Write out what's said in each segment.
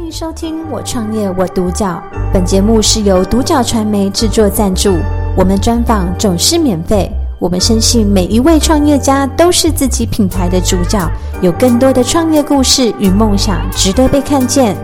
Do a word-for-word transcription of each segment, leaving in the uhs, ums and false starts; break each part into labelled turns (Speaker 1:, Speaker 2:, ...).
Speaker 1: 迎收听《我创业我独角》，本节目是由独角传媒制作赞助，我们专访总是免费。我们深信每一位创业家都是自己品牌的主角，有更多的创业故事与梦想值得被看见。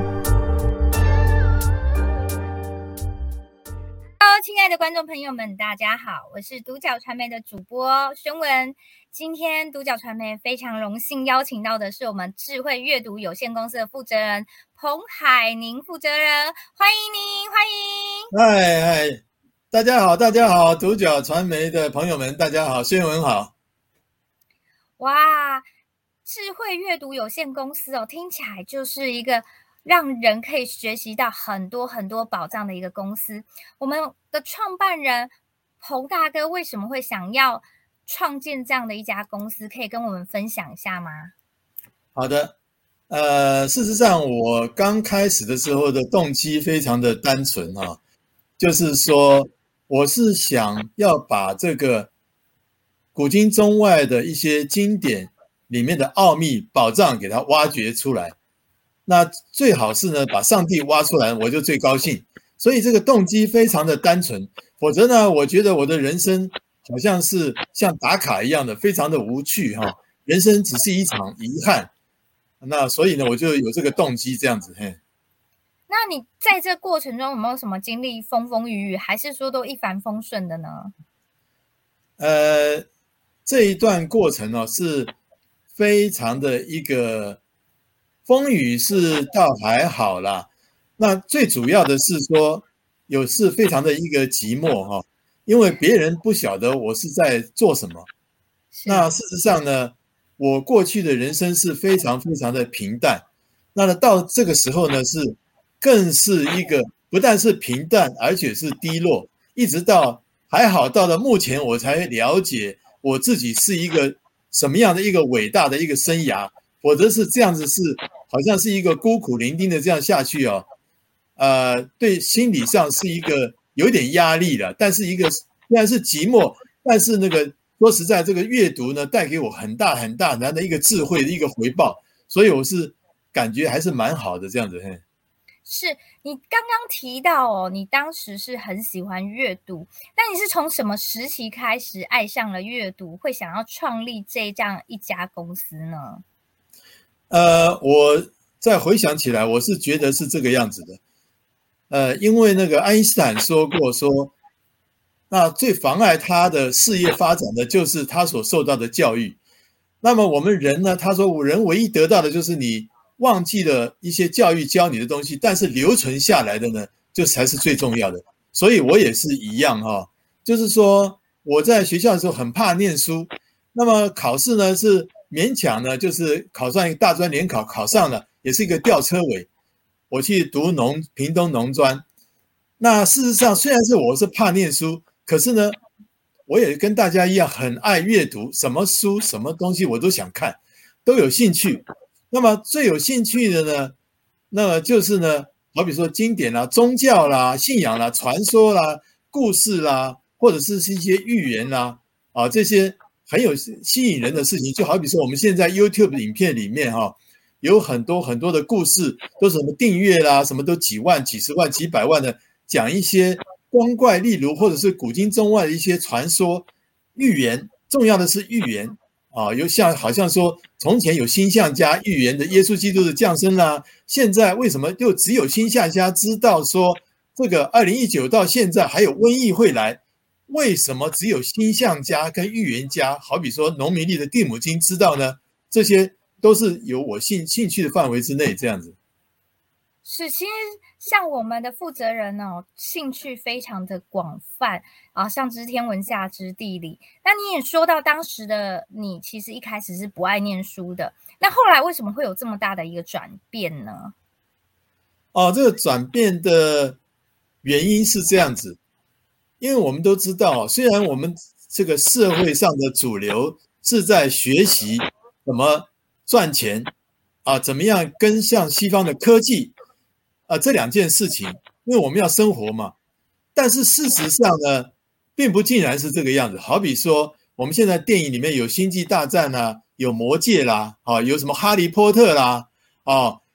Speaker 2: Hello， 亲爱的观众朋友们，大家好，我是独角传媒的主播宣文。今天独角传媒非常荣幸邀请到的是我们智慧阅读有限公司的负责人彭海宁负责人，欢迎您，欢迎。
Speaker 3: 嗨嗨，大家好，大家好，独角传媒的朋友们，大家好，宣文好。
Speaker 2: 哇，智慧阅读有限公司哦，听起来就是一个让人可以学习到很多很多宝藏的一个公司。我们的创办人彭大哥为什么会想要创建这样的一家公司，可以跟我们分享一下吗？
Speaker 3: 好的，呃，事实上我刚开始的时候的动机非常的单纯啊，就是说我是想要把这个古今中外的一些经典里面的奥秘宝藏给它挖掘出来，那最好是呢把上帝挖出来，我就最高兴。所以这个动机非常的单纯，否则呢我觉得我的人生好像是像打卡一样的，非常的无趣哈。人生只是一场遗憾，那所以呢，我就有这个动机这样子。嘿，
Speaker 2: 那你在这过程中有没有什么经历风风雨雨，还是说都一帆风顺的呢？
Speaker 3: 呃，这一段过程呢、哦，是非常的一个风雨是倒还好啦。那最主要的是说，有是非常的一个寂寞哈、哦。因为别人不晓得我是在做什么，那事实上呢，我过去的人生是非常非常的平淡，那呢到这个时候呢，是更是一个不但是平淡，而且是低落，一直到还好到了目前，我才了解我自己是一个什么样的一个伟大的一个生涯，否则是这样子是好像是一个孤苦伶仃的这样下去哦，呃，对心理上是一个有点压力了，但是一个虽然是寂寞，但是那个说实在，这个阅读呢带给我很大很大难的一个智慧的一个回报，所以我是感觉还是蛮好的这样子。嘿，
Speaker 2: 是你刚刚提到哦，你当时是很喜欢阅读，那你是从什么时期开始爱上了阅读，会想要创立这样一家公司呢？
Speaker 3: 呃，我再回想起来，我是觉得是这个样子的。呃，因为那个爱因斯坦说过说，那最妨碍他的事业发展的就是他所受到的教育。那么我们人呢，他说人唯一得到的就是你忘记了一些教育教你的东西，但是留存下来的呢，就才是最重要的。所以我也是一样哈、哦，就是说我在学校的时候很怕念书，那么考试呢是勉强呢，就是考上一个大专联考，考上了也是一个吊车尾。我去读农屏东农专，那事实上虽然是我是怕念书，可是呢，我也跟大家一样很爱阅读，什么书什么东西我都想看，都有兴趣。那么最有兴趣的呢，那么就是呢，好比说经典啦、宗教啦、信仰啦、传说啦、故事啦，或者是一些寓言啦，啊，这些很有吸引人的事情，就好比说我们现在 YouTube 影片里面哈、啊。有很多很多的故事，都是什么订阅啦，什么都几万、几十万、几百万的，讲一些光怪陆离或者是古今中外的一些传说、寓言。重要的是寓言啊，有像好像说从前有星象家预言的耶稣基督的降生啦，现在为什么就只有星象家知道说这个二零一九到现在还有瘟疫会来？为什么只有星象家跟预言家，好比说农民历的地母经知道呢？这些都是有我兴兴趣的范围之内，这样子。
Speaker 2: 是，其实像我们的负责人哦，兴趣非常的广泛啊，上知天文下知地理。那你也说到当时的你，其实一开始是不爱念书的，那后来为什么会有这么大的一个转变呢？
Speaker 3: 哦，这个转变的原因是这样子，因为我们都知道，虽然我们这个社会上的主流是在学习怎么赚钱啊，怎么样跟上西方的科技啊，这两件事情，因为我们要生活嘛。但是事实上呢，并不尽然是这个样子。好比说，我们现在电影里面有《星际大战》啦，有《魔戒》啦，啊，有什么《哈利波特》啦，啊，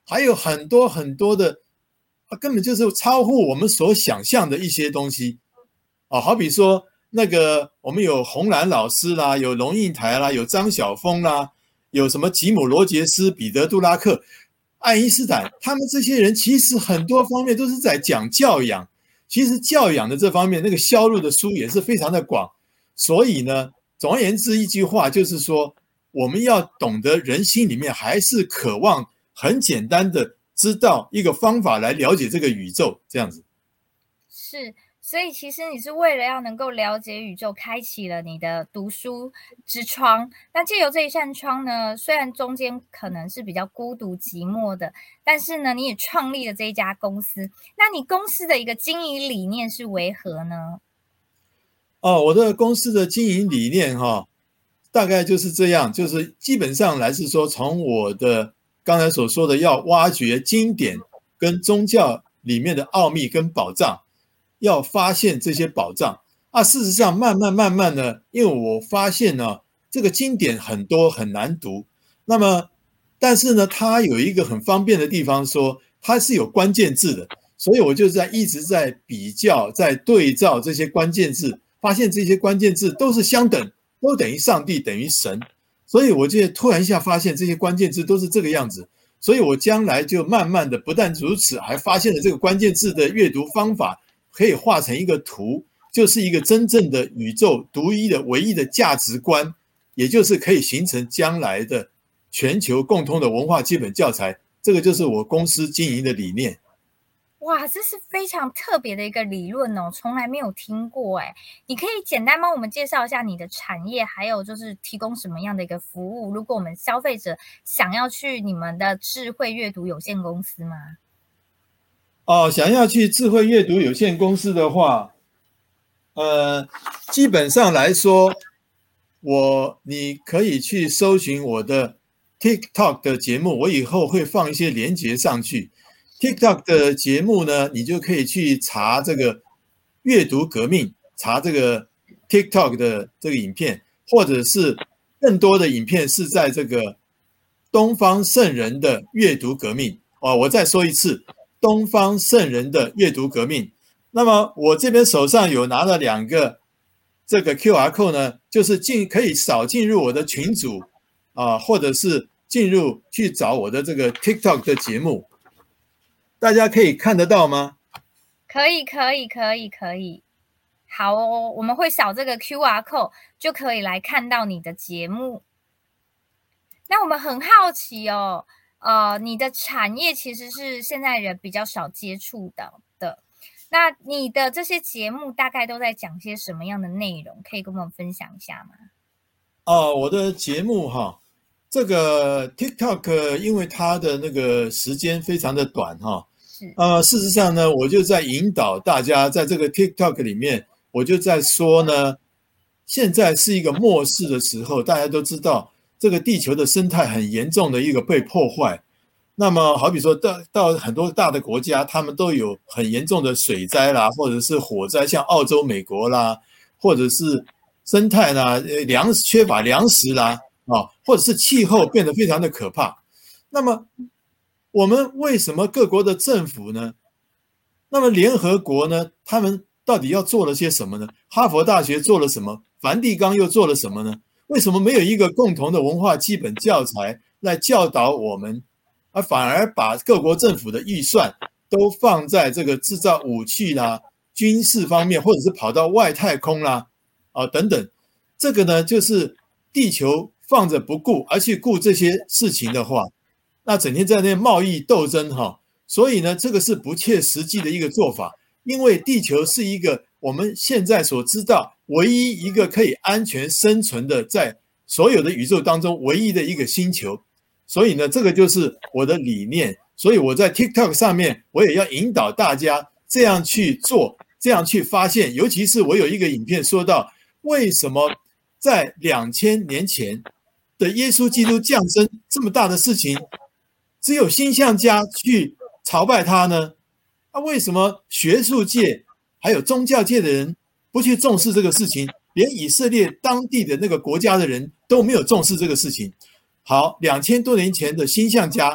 Speaker 3: 还有很多很多的，啊，根本就是超乎我们所想象的一些东西啊，好比说那个我们有洪兰老师啦，有龙应台啦，有张晓峰啦，有什么吉姆罗杰斯、彼得杜拉克、爱因斯坦，他们这些人其实很多方面都是在讲教养，其实教养的这方面那个销路的书也是非常的广，所以呢，总而言之一句话就是说，我们要懂得人心里面还是渴望很简单的知道一个方法来了解这个宇宙，这样子。
Speaker 2: 是，所以其实你是为了要能够了解宇宙，开启了你的读书之窗。那借由这一扇窗呢，虽然中间可能是比较孤独寂寞的，但是呢，你也创立了这一家公司。那你公司的一个经营理念是为何呢？
Speaker 3: 哦，我的公司的经营理念哈、哦，大概就是这样，就是基本上来是说，从我的刚才所说的要挖掘经典跟宗教里面的奥秘跟宝藏，要发现这些宝藏啊。事实上，慢慢慢慢呢，因为我发现呢，这个经典很多很难读，那么但是呢，它有一个很方便的地方说，它是有关键字的，所以我就在一直在比较，在对照这些关键字，发现这些关键字都是相等，都等于上帝，等于神。所以我就突然一下发现这些关键字都是这个样子，所以我将来就慢慢的不但如此，还发现了这个关键字的阅读方法可以画成一个图，就是一个真正的宇宙独一的唯一的价值观，也就是可以形成将来的全球共通的文化基本教材。这个就是我公司经营的理念。
Speaker 2: 哇，这是非常特别的一个理论哦，从来没有听过哎。你可以简单帮我们介绍一下你的产业，还有就是提供什么样的一个服务？如果我们消费者想要去你们的智慧阅读有限公司吗？
Speaker 3: 哦，想要去智慧阅读有限公司的话，呃，基本上来说，我你可以去搜寻我的 TikTok 的节目，我以后会放一些连结上去。TikTok 的节目呢，你就可以去查这个阅读革命，查这个 TikTok 的这个影片，或者是更多的影片是在这个东方圣人的阅读革命。哦，我再说一次，东方圣人的阅读革命。那么我这边手上有拿了两个这个 Q R code 呢，就是进可以扫进入我的群组啊，或者是进入去找我的这个 TikTok 的节目。大家可以看得到吗？
Speaker 2: 可以，可以，可以，可以。好哦，我们会扫这个 Q R code 就可以来看到你的节目。那我们很好奇哦，呃，你的产业其实是现在人比较少接触到的。那你的这些节目大概都在讲些什么样的内容？可以跟我们分享一下吗？
Speaker 3: 哦，我的节目哈。这个 TikTok 因为它的那个时间非常的短哈，呃，事实上呢，我就在引导大家在这个 TikTok 里面，我就在说呢，现在是一个末世的时候，大家都知道这个地球的生态很严重的一个被破坏。那么好比说到到很多大的国家，他们都有很严重的水灾啦，或者是火灾，像澳洲、美国啦，或者是生态啦，粮缺乏粮食啦。啊，或者是气候变得非常的可怕。那么我们为什么各国的政府呢？那么联合国呢？他们到底要做了些什么呢？哈佛大学做了什么？梵蒂冈又做了什么呢？为什么没有一个共同的文化基本教材来教导我们，而反而把各国政府的预算都放在这个制造武器啦、军事方面，或者是跑到外太空啦啊等等？这个呢，就是地球放着不顾，而去顾这些事情的话，那整天在那贸易斗争哈，所以呢，这个是不切实际的一个做法。因为地球是一个我们现在所知道唯一一个可以安全生存的，在所有的宇宙当中唯一的一个星球。所以呢，这个就是我的理念。所以我在 TikTok 上面，我也要引导大家这样去做，这样去发现。尤其是我有一个影片说到，为什么在两千年前的耶稣基督降生这么大的事情，只有星象家去朝拜他呢？啊，为什么学术界还有宗教界的人不去重视这个事情？连以色列当地的那个国家的人都没有重视这个事情。好，两千多年前的星象家，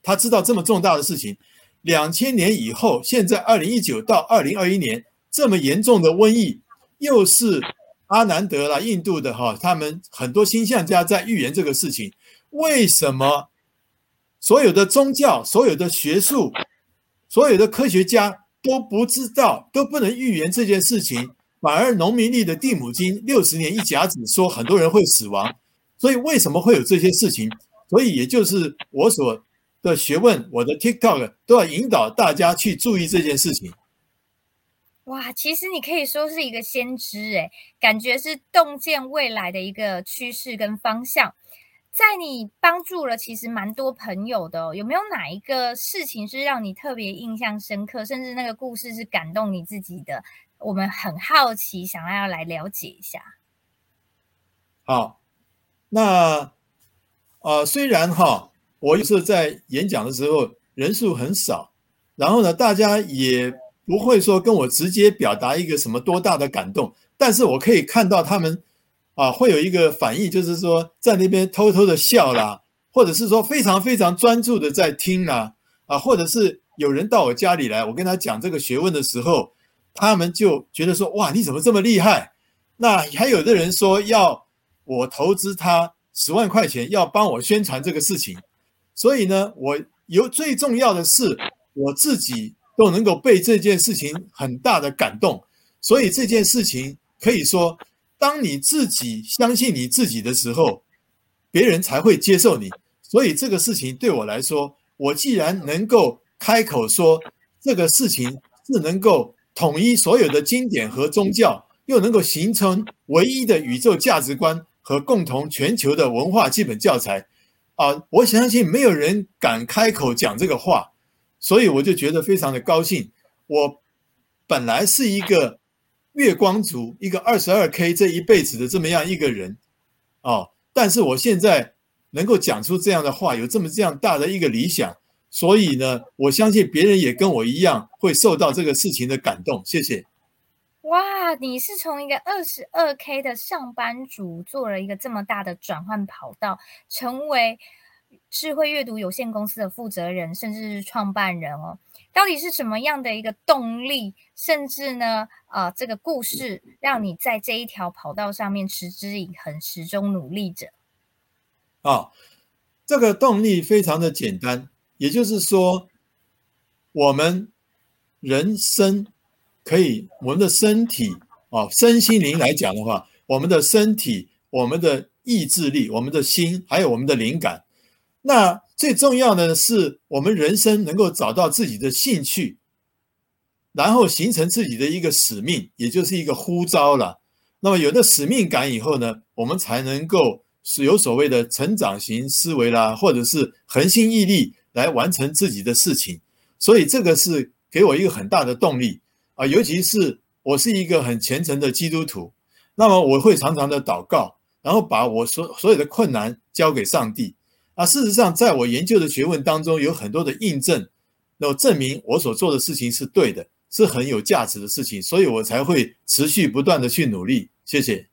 Speaker 3: 他知道这么重大的事情，两千年以后，现在二零一九到二零二一年这么严重的瘟疫，又是阿南德啦、印度的哈，他们很多星象家在预言这个事情，为什么所有的宗教、所有的学术、所有的科学家都不知道，都不能预言这件事情，反而农民历的地母经六十年一甲子说很多人会死亡，所以为什么会有这些事情？所以也就是我所的学问，我的 TikTok 都要引导大家去注意这件事情。
Speaker 2: 哇，其实你可以说是一个先知诶，感觉是洞见未来的一个趋势跟方向。在你帮助了其实蛮多朋友的哦，有没有哪一个事情是让你特别印象深刻，甚至那个故事是感动你自己的？我们很好奇，想要来了解一下。
Speaker 3: 好，那呃，虽然哈，我有时候在演讲的时候人数很少，然后呢，大家也不会说跟我直接表达一个什么多大的感动，但是我可以看到他们啊，会有一个反应，就是说在那边偷偷的笑啦，或者是说非常非常专注的在听啦，啊，或者是有人到我家里来，我跟他讲这个学问的时候，他们就觉得说，哇，你怎么这么厉害？那还有的人说要我投资他十万块钱，要帮我宣传这个事情。所以呢，我有最重要的是我自己都能够被这件事情很大的感动。所以这件事情可以说，当你自己相信你自己的时候，别人才会接受你。所以这个事情对我来说，我既然能够开口说这个事情是能够统一所有的经典和宗教，又能够形成唯一的宇宙价值观和共同全球的文化基本教材啊，我相信没有人敢开口讲这个话，所以我就觉得非常的高兴。我本来是一个月光族，一个 二十二 K 这一辈子的这么样一个人哦，但是我现在能够讲出这样的话，有这么这样大的一个理想，所以呢，我相信别人也跟我一样会受到这个事情的感动。谢谢。
Speaker 2: 哇，你是从一个 二十二 K 的上班族做了一个这么大的转换跑道，成为智慧阅读有限公司的负责人，甚至是创办人哦。到底是什么样的一个动力，甚至呢，呃，这个故事让你在这一条跑道上面持之以恒，始终努力着？
Speaker 3: 啊，这个动力非常的简单，也就是说，我们人生可以，我们的身体啊，身心灵来讲的话，我们的身体、我们的意志力、我们的心，还有我们的灵感。那最重要的是，我们人生能够找到自己的兴趣，然后形成自己的一个使命，也就是一个呼召了。那么有了使命感以后呢，我们才能够是有所谓的成长型思维啦，或者是恒心毅力来完成自己的事情。所以这个是给我一个很大的动力啊，尤其是我是一个很虔诚的基督徒，那么我会常常的祷告，然后把我所所有的困难交给上帝。啊，事实上，在我研究的学问当中，有很多的印证，那证明我所做的事情是对的，是很有价值的事情，所以我才会持续不断的去努力。谢谢。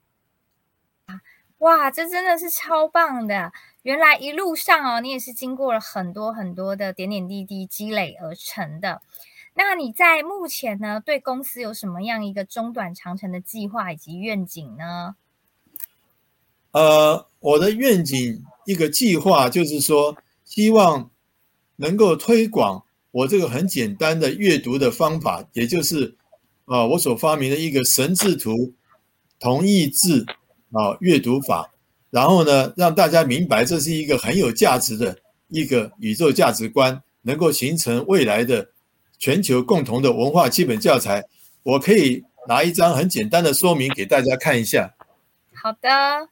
Speaker 2: 哇，这真的是超棒的！原来一路上哦，你也是经过了很多很多的点点滴滴积累而成的。那你在目前呢，对公司有什么样一个中短长程的计划以及愿景呢？
Speaker 3: 呃，我的愿景一个计划就是说，希望能够推广我这个很简单的阅读的方法，也就是呃我所发明的一个神智图同义字啊阅读法，然后呢让大家明白这是一个很有价值的一个宇宙价值观，能够形成未来的全球共同的文化基本教材。我可以拿一张很简单的说明给大家看一下。
Speaker 2: 好的。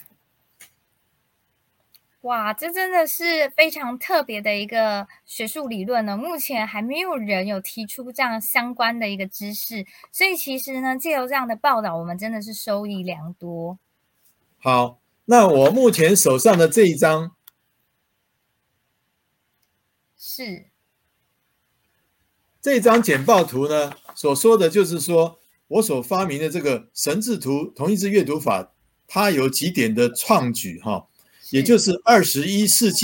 Speaker 2: 哇，这真的是非常特别的一个学术理论呢，目前还没有人有提出这样相关的一个知识，所以其实呢，借由这样的报道，我们真的是收益良多。
Speaker 3: 好，那我目前手上的这一张
Speaker 2: 是
Speaker 3: 这张简报图呢，所说的就是说我所发明的这个神智图同义字阅读法，它有几点的创举哈。也就是二十一世纪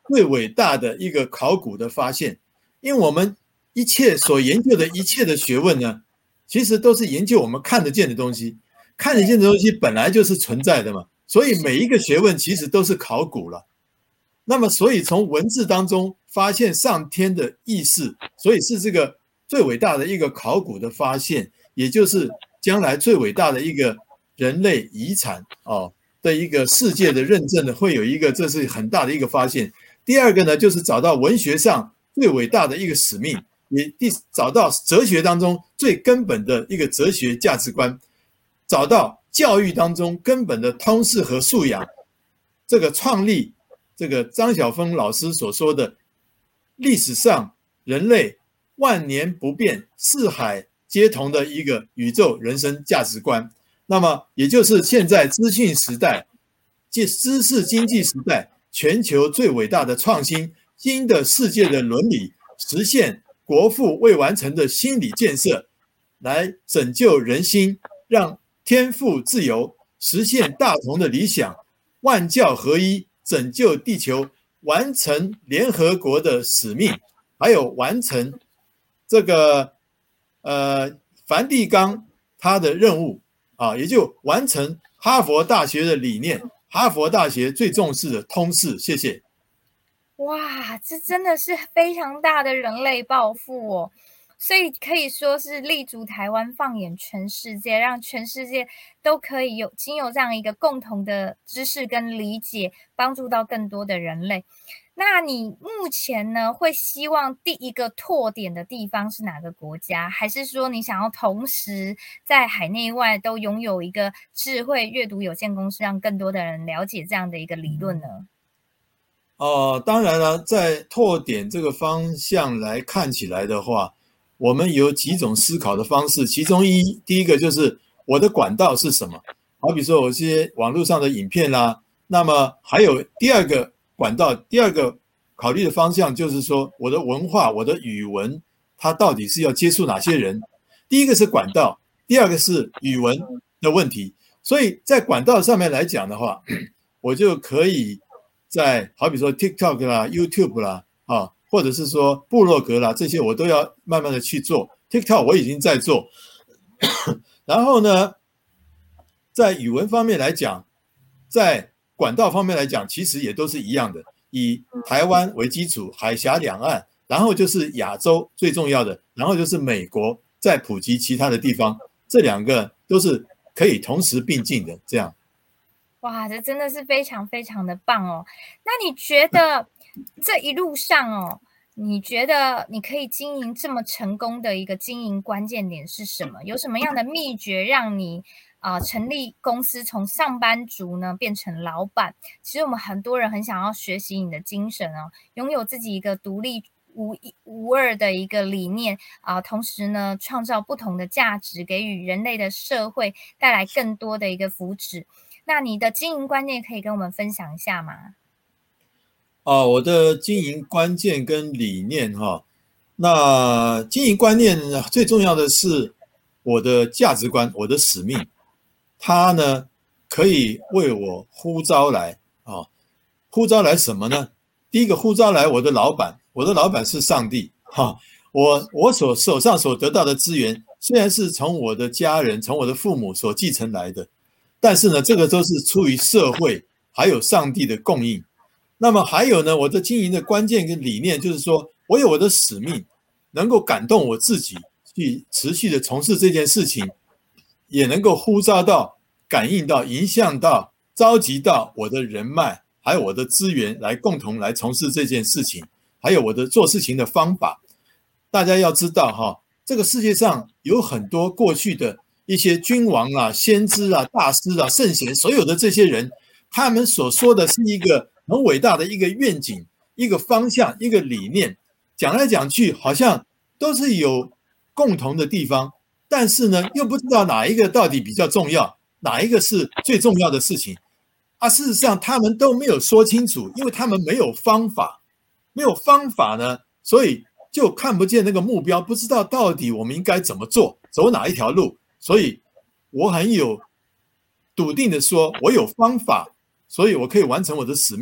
Speaker 3: 最伟大的一个考古的发现。因为我们一切所研究的一切的学问呢，其实都是研究我们看得见的东西，看得见的东西本来就是存在的嘛，所以每一个学问其实都是考古了。那么所以从文字当中发现上天的意识，所以是这个最伟大的一个考古的发现，也就是将来最伟大的一个人类遗产哦的一个世界的认证的，会有一个，这是很大的一个发现。第二个呢，就是找到文学上最伟大的一个使命，也第找到哲学当中最根本的一个哲学价值观，找到教育当中根本的通识和素养，这个创立这个张晓峰老师所说的历史上人类万年不变、四海皆同的一个宇宙人生价值观。那么也就是现在资讯时代、即知识经济时代，全球最伟大的创新，新的世界的伦理，实现国父未完成的心理建设，来拯救人心，让天赋自由，实现大同的理想，万教合一，拯救地球，完成联合国的使命，还有完成这个呃梵蒂冈他的任务啊，也就完成哈佛大学的理念，哈佛大学最重视的通识。谢谢。
Speaker 2: 哇，这真的是非常大的人类抱负哦！所以可以说是立足台湾，放眼全世界，让全世界都可以有经由这样一个共同的知识跟理解，帮助到更多的人类。那你目前呢，会希望第一个拓点的地方是哪个国家？还是说你想要同时在海内外都拥有一个智慧阅读有限公司，让更多的人了解这样的一个理论呢？
Speaker 3: 哦、呃，当然了，在拓点这个方向来看起来的话，我们有几种思考的方式。其中一第一个就是我的管道是什么？好比说，有些网络上的影片啦，那么还有第二个管道，第二个考虑的方向就是说，我的文化、我的语文，它到底是要接触哪些人？第一个是管道，第二个是语文的问题。所以在管道上面来讲的话，我就可以在好比说 TikTok 啦、YouTube 啦，啊，或者是说部落格啦，这些我都要慢慢的去做。TikTok 我已经在做，然后呢，在语文方面来讲，在管道方面来讲，其实也都是一样的，以台湾为基础，海峡两岸，然后就是亚洲最重要的，然后就是美国，再普及其他的地方，这两个都是可以同时并进的，这样。
Speaker 2: 哇，这真的是非常非常的棒哦！那你觉得这一路上哦，你觉得你可以经营这么成功的一个经营关键点是什么？有什么样的秘诀让你啊、呃、成立公司从上班族呢变成老板？其实我们很多人很想要学习你的精神哦，拥有自己一个独立无一无二的一个理念啊、呃，同时呢创造不同的价值，给予人类的社会带来更多的一个福祉。那你的经营观念可以跟我们分享一下吗？
Speaker 3: 哦，我的经营关键跟理念哈，那经营观念最重要的是我的价值观，我的使命，它呢可以为我呼召来啊，呼召来什么呢？第一个呼召来我的老板，我的老板是上帝哈，我我所手上所得到的资源，虽然是从我的家人、从我的父母所继承来的。但是呢，这个都是出于社会还有上帝的供应。那么还有呢，我的经营的关键跟理念就是说，我有我的使命，能够感动我自己去持续的从事这件事情，也能够呼召到、感应到、影响到、召集到我的人脉，还有我的资源来共同来从事这件事情，还有我的做事情的方法。大家要知道哈，这个世界上有很多过去的一些君王啊、先知啊、大师啊、圣贤，所有的这些人，他们所说的是一个很伟大的一个愿景、一个方向、一个理念，讲来讲去好像都是有共同的地方，但是呢，又不知道哪一个到底比较重要，哪一个是最重要的事情啊。事实上，他们都没有说清楚，因为他们没有方法，没有方法呢，所以就看不见那个目标，不知道到底我们应该怎么做，走哪一条路。所以我很有笃定的说，我有方法，所以我可以完成我的使命，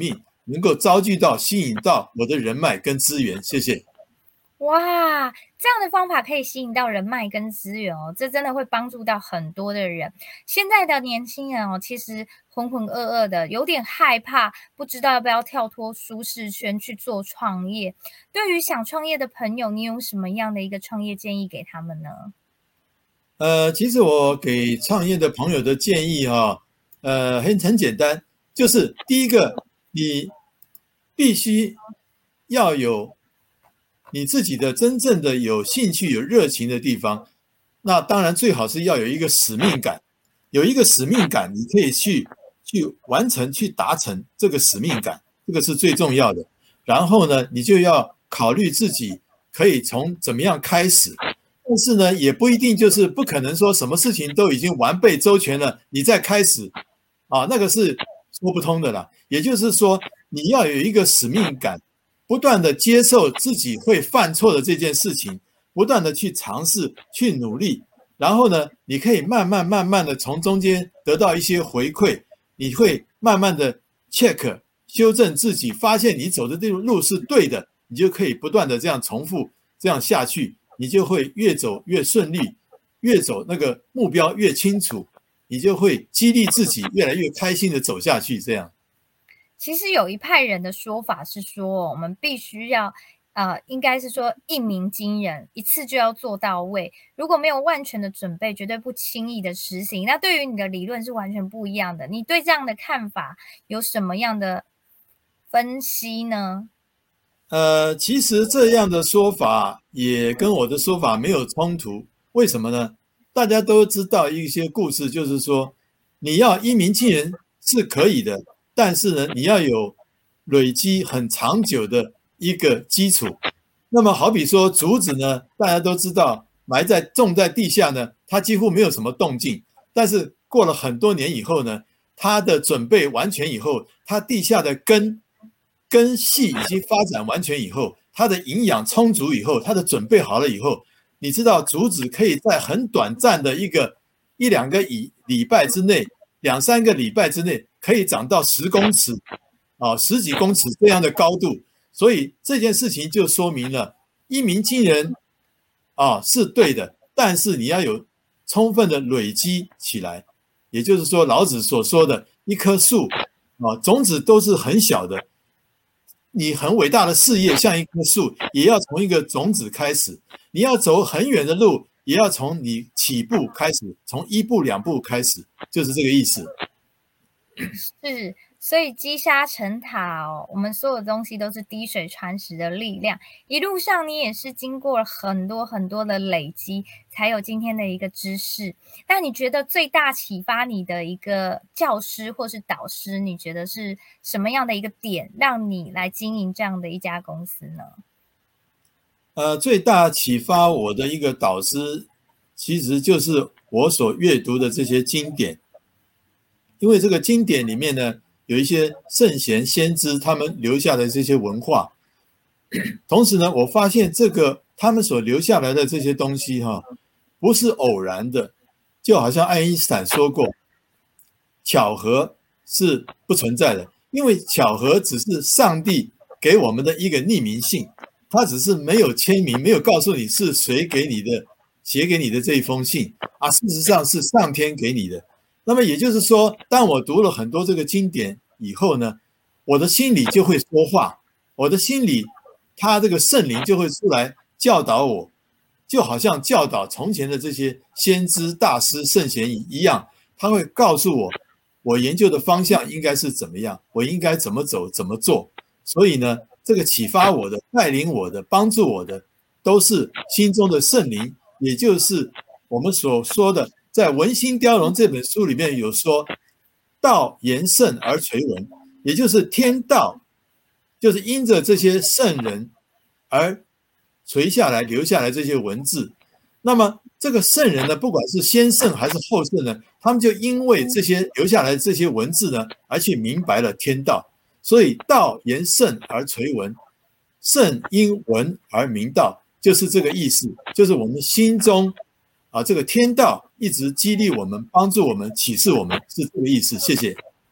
Speaker 3: 能够招聚到、吸引到我的人脉跟资源。谢谢。
Speaker 2: 哇，这样的方法可以吸引到人脉跟资源哦，这真的会帮助到很多的人。现在的年轻人哦，其实浑浑噩噩的，有点害怕，不知道要不要跳脱舒适圈去做创业。对于想创业的朋友，你有什么样的一个创业建议给他们呢？
Speaker 3: 呃，其实我给创业的朋友的建议哈、哦，呃，很很简单，就是第一个，你必须要有你自己的真正的有兴趣、有热情的地方。那当然最好是要有一个使命感，有一个使命感，你可以去去完成、去达成这个使命感，这个是最重要的。然后呢，你就要考虑自己可以从怎么样开始。但是呢，也不一定就是不可能说什么事情都已经完备周全了，你再开始啊，那个是说不通的啦。也就是说，你要有一个使命感，不断的接受自己会犯错的这件事情，不断的去尝试、去努力，然后呢，你可以慢慢慢慢的从中间得到一些回馈，你会慢慢的 check 修正自己，发现你走的这条路是对的，你就可以不断的这样重复，这样下去。你就会越走越顺利，越走那个目标越清楚，你就会激励自己越来越开心的走下去。这样，
Speaker 2: 其实有一派人的说法是说，我们必须要，呃，应该是说一鸣惊人，一次就要做到位。如果没有万全的准备，绝对不轻易的实行。那对于你的理论是完全不一样的。你对这样的看法有什么样的分析呢？
Speaker 3: 呃，其实这样的说法也跟我的说法没有冲突。为什么呢？大家都知道一些故事，就是说你要一鸣惊人是可以的，但是呢，你要有累积很长久的一个基础。那么好比说竹子呢，大家都知道埋在种在地下呢，它几乎没有什么动静，但是过了很多年以后呢，它的准备完全以后，它地下的根根系已经发展完全以后，它的营养充足以后，它的准备好了以后，你知道竹子可以在很短暂的一个一两个礼礼拜之内，两三个礼拜之内，可以长到十公尺，啊，十几公尺这样的高度。所以这件事情就说明了一鸣惊人啊是对的，但是你要有充分的累积起来。也就是说，老子所说的一棵树啊，种子都是很小的。你很伟大的事业像一棵树，也要从一个种子开始。你要走很远的路，也要从你起步开始，从一步两步开始，就是这个意思。
Speaker 2: 是，所以积沙成塔哦，我们所有东西都是滴水穿石的力量。一路上你也是经过了很多很多的累积，才有今天的一个知识。那你觉得最大启发你的一个教师或是导师，你觉得是什么样的一个点，让你来经营这样的一家公司呢？
Speaker 3: 呃，最大启发我的一个导师，其实就是我所阅读的这些经典。因为这个经典里面呢，有一些圣贤先知他们留下的这些文化，同时呢，我发现这个他们所留下来的这些东西哈，不是偶然的，就好像爱因斯坦说过，巧合是不存在的，因为巧合只是上帝给我们的一个匿名信，他只是没有签名，没有告诉你是谁给你的，写给你的这一封信啊，事实上是上天给你的。那么也就是说，当我读了很多这个经典以后呢，我的心里就会说话，我的心里他这个圣灵就会出来教导我，就好像教导从前的这些先知大师圣贤一样，他会告诉我我研究的方向应该是怎么样，我应该怎么走怎么做。所以呢，这个启发我的、带领我的、帮助我的，都是心中的圣灵，也就是我们所说的在《文心雕龙》这本书里面有说，道言圣而垂闻，也就是天道，就是因着这些圣人而垂下来、留下来这些文字。那么这个圣人呢，不管是先圣还是后圣呢，他们就因为这些留下来的这些文字呢，而去明白了天道。所以道言圣而垂闻，圣因闻而明道，就是这个意思，就是我们心中啊，这个天道一直激励我们、帮助我们、启示我们，是这个意思。谢谢。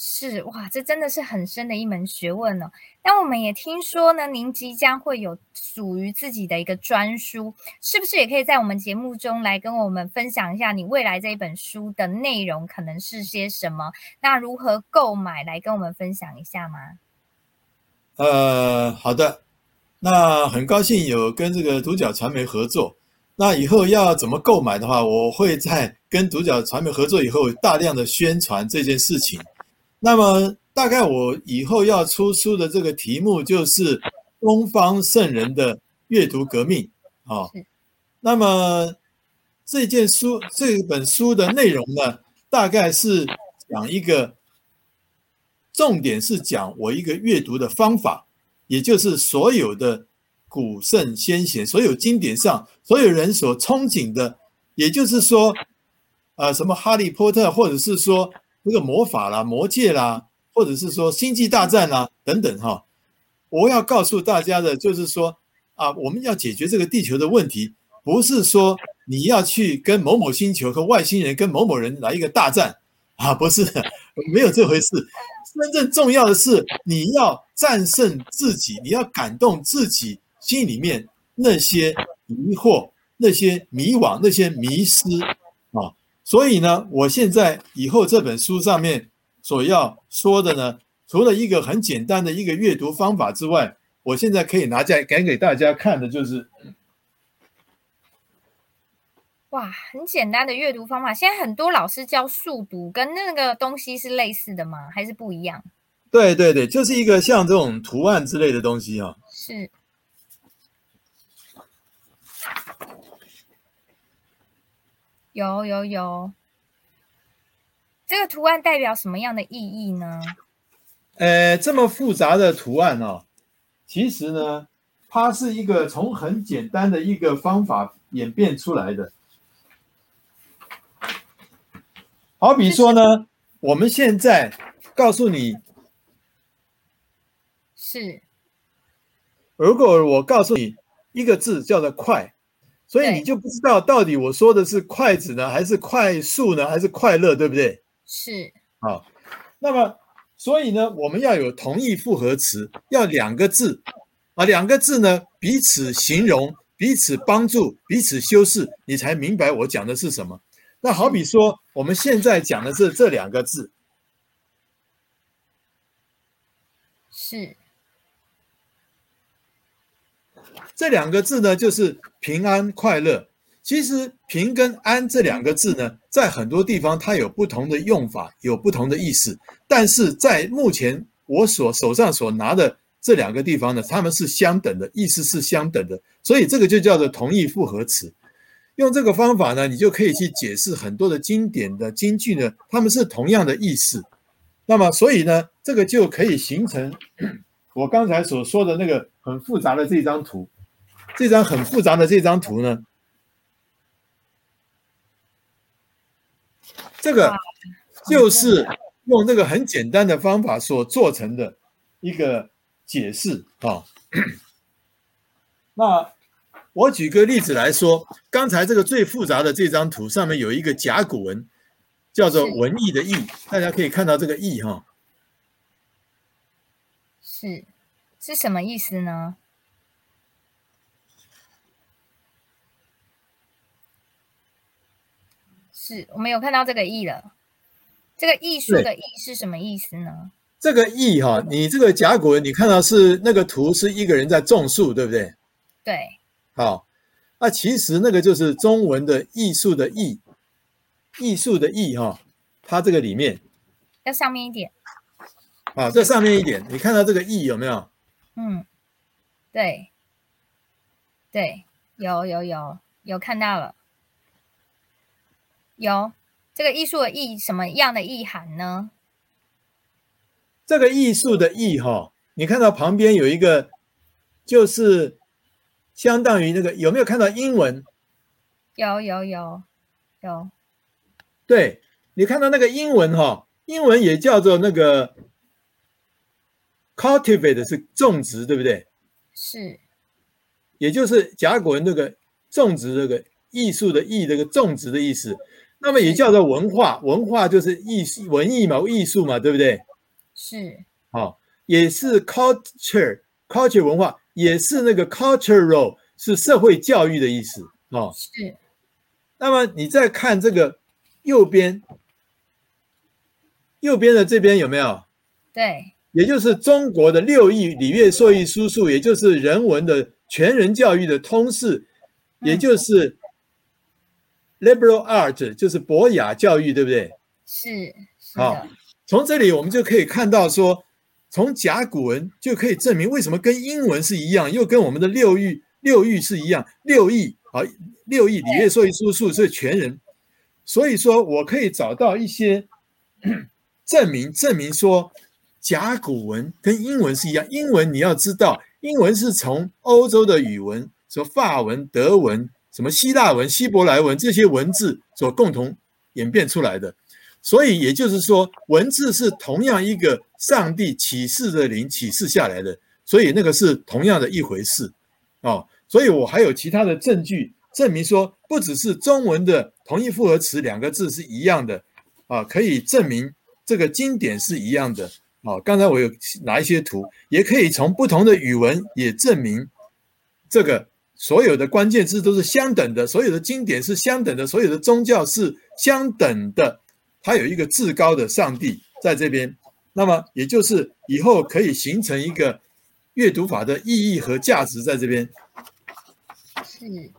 Speaker 2: 是哇，这真的是很深的一门学问哦。那我们也听说呢，您即将会有属于自己的一个专书，是不是也可以在我们节目中来跟我们分享一下你未来这一本书的内容可能是些什么？那如何购买，来跟我们分享一下吗？
Speaker 3: 呃，好的，那很高兴有跟这个独角传媒合作。那以后要怎么购买的话，我会在跟独角传媒合作以后，大量的宣传这件事情。那么大概我以后要出书的这个题目就是东方圣人的阅读革命啊、哦。那么这件书这本书的内容呢，大概是讲一个重点是讲我一个阅读的方法，也就是所有的古圣先贤，所有经典上所有人所憧憬的，也就是说呃什么哈利波特，或者是说那个魔法啦、魔戒啦，或者是说星际大战啦等等哈，我要告诉大家的就是说啊，我们要解决这个地球的问题，不是说你要去跟某某星球和外星人跟某某人来一个大战啊，不是，没有这回事。真正重要的是你要战胜自己，你要感动自己心里面那些疑惑、那些迷惘、那些迷失啊。所以呢，我现在以后这本书上面所要说的呢，除了一个很简单的一个阅读方法之外，我现在可以拿在给给大家看的就是，
Speaker 2: 哇，很简单的阅读方法。现在很多老师教速读，跟那个东西是类似的吗？还是不一样？
Speaker 3: 对对对，就是一个像这种图案之类的东西啊。
Speaker 2: 是。有有有，这个图案代表什么样的意义呢？
Speaker 3: 呃，这么复杂的图案哦，其实呢，它是一个从很简单的一个方法演变出来的。好比说呢，我们现在告诉你，
Speaker 2: 是，
Speaker 3: 如果我告诉你一个字叫做快，所以你就不知道到底我说的是筷子呢，还是快速呢，还是快乐，对不对？
Speaker 2: 是。
Speaker 3: 好，那么所以呢，我们要有同义复合词，要两个字啊，两个字呢彼此形容、彼此帮助、彼此修饰，你才明白我讲的是什么。那好比说，我们现在讲的是这两个字，
Speaker 2: 是。
Speaker 3: 这两个字呢，就是平安快乐。其实平跟安这两个字呢，在很多地方它有不同的用法，有不同的意思。但是在目前我所手上所拿的这两个地方呢，它们是相等的，意思是相等的，所以这个就叫做同义复合词。用这个方法呢，你就可以去解释很多的经典的金句呢，它们是同样的意思。那么所以呢，这个就可以形成我刚才所说的那个很复杂的这张图。这张很复杂的这张图呢，这个就是用这个很简单的方法所做成的一个解释啊。那我举个例子来说，刚才这个最复杂的这张图上面有一个甲骨文，叫做文艺的艺，大家可以看到这个艺哈，
Speaker 2: 是是什么意思呢？是我们有看到这个艺了，这个艺术的艺是什么意思呢？
Speaker 3: 这个艺哈，你这个甲骨文你看到是那个图是一个人在种树，对不对？
Speaker 2: 对。
Speaker 3: 好，那其实那个就是中文的艺术的艺，艺术的艺哈，它这个里面
Speaker 2: 要上面一点。
Speaker 3: 啊，这上面一点，你看到这个艺有没有？
Speaker 2: 嗯，对，对，有有有有看到了。有这个艺术的意什么样的意涵呢？
Speaker 3: 这个艺术的艺哈，你看到旁边有一个，就是相当于那个，有没有看到英文？
Speaker 2: 有有有有。
Speaker 3: 对，你看到那个英文哈，英文也叫做那个 cultivate 是种植，对不对？
Speaker 2: 是。也
Speaker 3: 就是甲骨文那个种植这个艺术的艺，这个种植的意思。那么也叫做文化，文化就是艺文艺嘛，艺术嘛，对不对？
Speaker 2: 是，
Speaker 3: 哦，也是 culture culture 文化，也是那个 cultural 是社会教育的意思哦。
Speaker 2: 是。
Speaker 3: 那么你再看这个右边，右边的这边有没有？
Speaker 2: 对，
Speaker 3: 也就是中国的六艺礼乐授艺书数，也就是人文的全人教育的通识，也就是 liberal art， 就是博雅教育，对不对？
Speaker 2: 是，是
Speaker 3: 好，
Speaker 2: 的，
Speaker 3: 从这里我们就可以看到说，从甲骨文就可以证明为什么跟英文是一样，又跟我们的六艺六艺是一样，六艺啊，六艺礼乐授艺书数是全人，所以说我可以找到一些证明，证明说甲骨文跟英文是一样。英文你要知道，英文是从欧洲的语文，说法文、德文、什么希腊文、希伯来文这些文字所共同演变出来的。所以也就是说，文字是同样一个上帝启示的灵启示下来的，所以那个是同样的一回事哦。所以我还有其他的证据证明说，不只是中文的同义复合词两个字是一样的啊，可以证明这个经典是一样的。哦，刚才我有拿一些图，也可以从不同的语文也证明这个所有的关键字都是相等的，所有的经典是相等的，所有的宗教是相等的。它有一个至高的上帝在这边，那么也就是以后可以形成一个阅读法的意义和价值在这边。
Speaker 2: 是，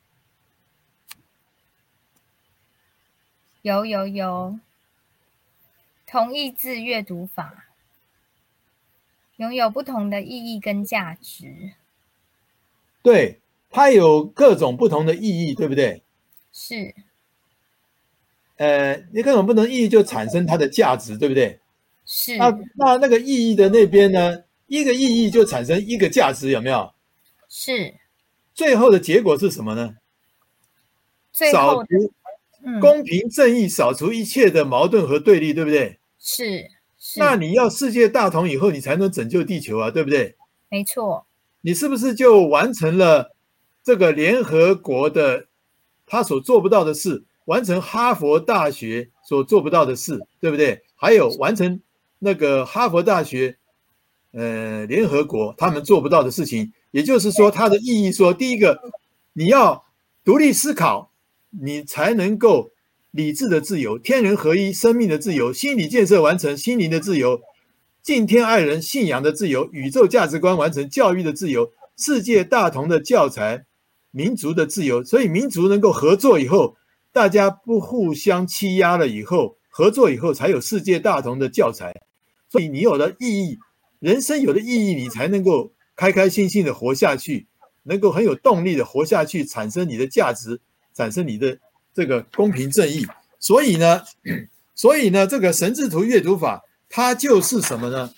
Speaker 2: 有有有，同义字阅读法拥有不同的意义跟价值。
Speaker 3: 对，它有各种不同的意义，对不对？
Speaker 2: 是。
Speaker 3: 呃，你各种不同的意义就产生它的价值，对不对？
Speaker 2: 是。
Speaker 3: 那那那个意义的那边呢，一个意义就产生一个价值，有没有？
Speaker 2: 是。
Speaker 3: 最后的结果是什么呢？扫除公平正义，扫除一切的矛盾和对立，对不对？
Speaker 2: 是。是。
Speaker 3: 那你要世界大同以后，你才能拯救地球啊，对不对？
Speaker 2: 没错。
Speaker 3: 你是不是就完成了这个联合国的他所做不到的事，完成哈佛大学所做不到的事，对不对？还有完成那个哈佛大学呃联合国他们做不到的事情。也就是说，它的意义说，第一个，你要独立思考，你才能够理智的自由、天人合一、生命的自由、心理建设完成、心灵的自由、敬天爱人、信仰的自由、宇宙价值观完成、教育的自由、世界大同的教材、民族的自由。所以民族能够合作以后，大家不互相欺压了以后，合作以后才有世界大同的教材。所以你有了意义，人生有了意义，你才能够开开心心的活下去，能够很有动力的活下去，产生你的价值，产生你的这个公平正义。所以呢，所以呢，这个神智图阅读法，它就是什么呢？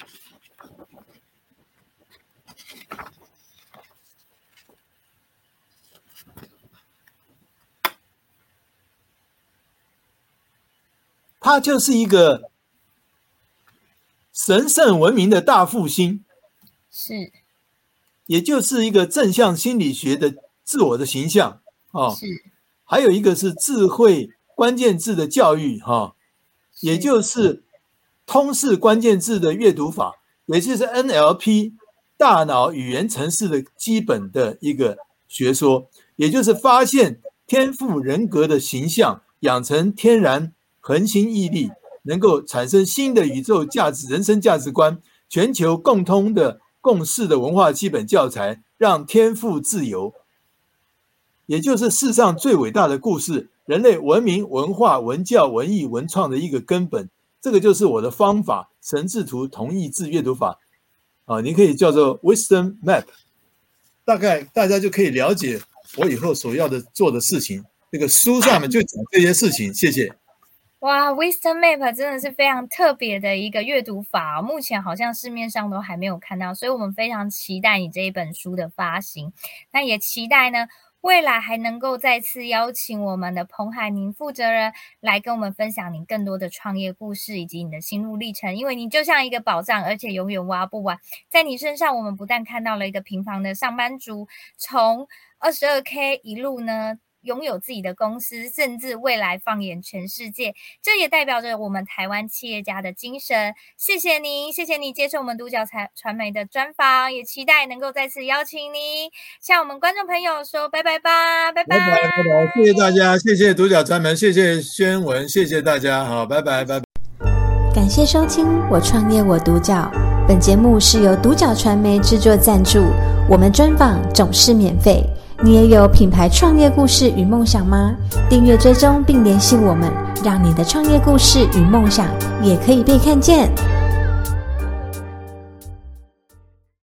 Speaker 3: 它就是一个神圣文明的大复兴，
Speaker 2: 是。
Speaker 3: 也就是一个正向心理学的自我的形象哦，
Speaker 2: 是。
Speaker 3: 还有一个是智慧关键字的教育哈、哦，也就是通识关键字的阅读法，也就是 N L P 大脑语言程式的基本的一个学说，也就是发现天赋人格的形象，养成天然恒心毅力，能够产生新的宇宙价值、人生价值观，全球共通的共识的文化基本教材，让天赋自由，也就是世上最伟大的故事，人类文明、文化、文教、文艺、文创的一个根本。这个就是我的方法，神智图同义字阅读法啊，你可以叫做 Wisdom Map， 大概大家就可以了解我以后所要的做的事情。这个书上面就讲这些事情，谢谢。
Speaker 2: 哇 ，Wisdom Map 真的是非常特别的一个阅读法、哦，目前好像市面上都还没有看到，所以我们非常期待你这一本书的发行。那也期待呢，未来还能够再次邀请我们的彭海宁负责人来跟我们分享您更多的创业故事以及你的心路历程，因为你就像一个宝藏，而且永远挖不完。在你身上，我们不但看到了一个平凡的上班族，从 二十二K 一路呢拥有自己的公司，甚至未来放眼全世界。这也代表着我们台湾企业家的精神。谢谢您，谢谢你接受我们独角传媒的专访，也期待能够再次邀请您向我们观众朋友说拜拜吧，拜拜，
Speaker 3: 拜拜，拜拜，谢谢大家，谢谢独角传媒，谢谢宣文，谢谢大家，好，拜拜，拜拜。
Speaker 1: 感谢收听《我创业我独角》，本节目是由独角传媒制作赞助，我们专访总是免费。你也有品牌创业故事与梦想吗？订阅追踪并联系我们，让你的创业故事与梦想也可以被看见。